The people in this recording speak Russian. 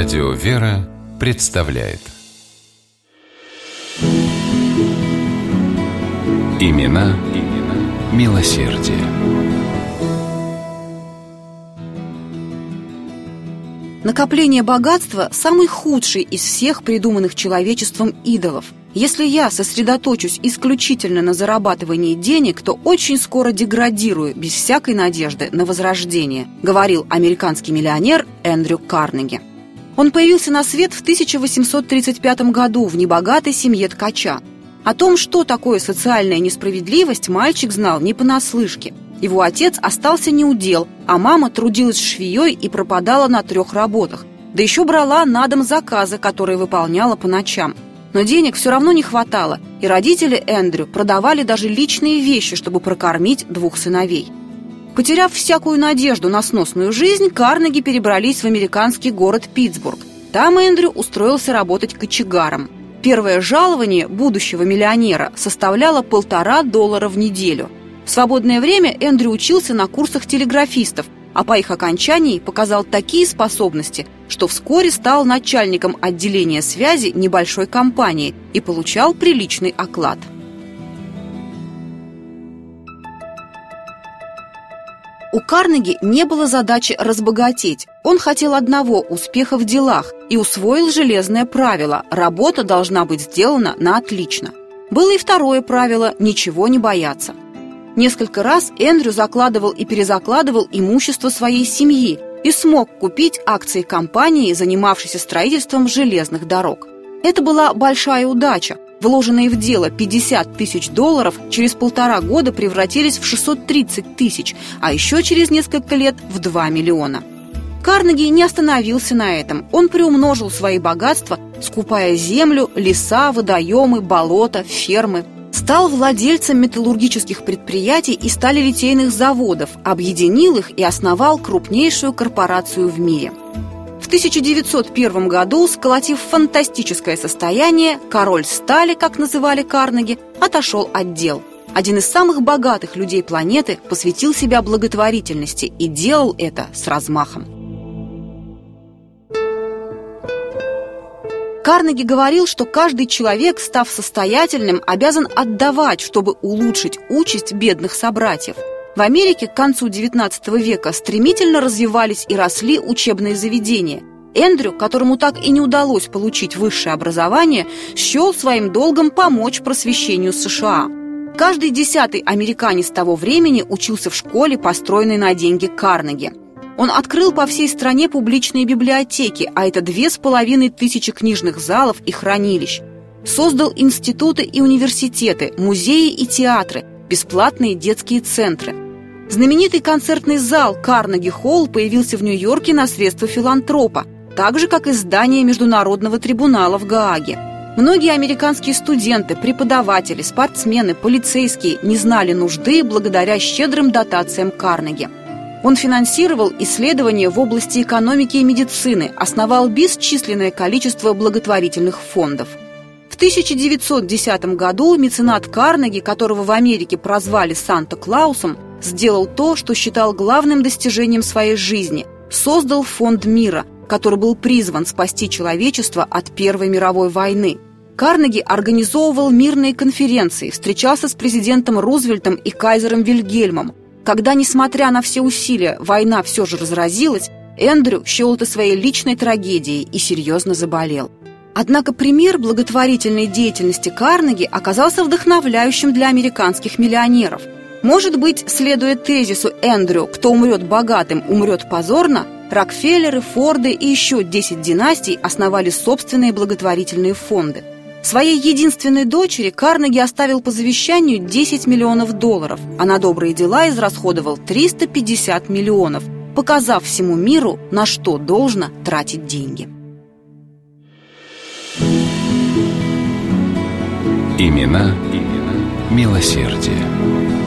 Радио «Вера» представляет Имена милосердия. Накопление богатства – самый худший из всех придуманных человечеством идолов. Если я сосредоточусь исключительно на зарабатывании денег, то очень скоро деградирую без всякой надежды на возрождение, говорил американский миллионер Эндрю Карнеги. Он появился на свет в 1835 году в небогатой семье ткача. О том, что такое социальная несправедливость, мальчик знал не понаслышке. Его отец остался неудел, а мама трудилась швеей и пропадала на 3 работах. Да еще брала на дом заказы, которые выполняла по ночам. Но денег все равно не хватало, и родители Эндрю продавали даже личные вещи, чтобы прокормить 2 сыновей. Потеряв всякую надежду на сносную жизнь, Карнеги перебрались в американский город Питтсбург. Там Эндрю устроился работать кочегаром. Первое жалование будущего миллионера составляло $1,5 в неделю. В свободное время Эндрю учился на курсах телеграфистов, а по их окончании показал такие способности, что вскоре стал начальником отделения связи небольшой компании и получал приличный оклад. У Карнеги не было задачи разбогатеть. Он хотел одного – успеха в делах, и усвоил железное правило – работа должна быть сделана на отлично. Было и второе правило – ничего не бояться. Несколько раз Эндрю закладывал и перезакладывал имущество своей семьи и смог купить акции компании, занимавшейся строительством железных дорог. Это была большая удача. Вложенные в дело $50 тысяч через 1,5 года превратились в 630 тысяч, а еще через несколько лет в 2 миллиона. Карнеги не остановился на этом. Он приумножил свои богатства, скупая землю, леса, водоемы, болота, фермы. Стал владельцем металлургических предприятий и сталелитейных заводов, объединил их и основал крупнейшую корпорацию в мире. В 1901 году, сколотив фантастическое состояние, король стали, как называли Карнеги, отошел от дел. Один из самых богатых людей планеты посвятил себя благотворительности и делал это с размахом. Карнеги говорил, что каждый человек, став состоятельным, обязан отдавать, чтобы улучшить участь бедных собратьев. В Америке к концу XIX века стремительно развивались и росли учебные заведения. Эндрю, которому так и не удалось получить высшее образование, счел своим долгом помочь просвещению США. Каждый 10-й американец того времени учился в школе, построенной на деньги Карнеги. Он открыл по всей стране публичные библиотеки, а это 2500 книжных залов и хранилищ. Создал институты и университеты, музеи и театры, бесплатные детские центры. Знаменитый концертный зал Карнеги-Холл появился в Нью-Йорке на средства филантропа, так же, как и здание Международного трибунала в Гааге. Многие американские студенты, преподаватели, спортсмены, полицейские не знали нужды благодаря щедрым дотациям Карнеги. Он финансировал исследования в области экономики и медицины, основал бесчисленное количество благотворительных фондов. В 1910 году меценат Карнеги, которого в Америке прозвали Санта-Клаусом, сделал то, что считал главным достижением своей жизни – создал фонд мира, который был призван спасти человечество от Первой мировой войны. Карнеги организовывал мирные конференции, встречался с президентом Рузвельтом и кайзером Вильгельмом. Когда, несмотря на все усилия, война все же разразилась, Эндрю счел это своей личной трагедией и серьезно заболел. Однако пример благотворительной деятельности Карнеги оказался вдохновляющим для американских миллионеров. Может быть, следуя тезису Эндрю «кто умрет богатым, умрет позорно», Рокфеллеры, Форды и еще 10 династий основали собственные благотворительные фонды. Своей единственной дочери Карнеги оставил по завещанию $10 миллионов, а на добрые дела израсходовал 350 миллионов, показав всему миру, на что должно тратить деньги. Имена милосердия.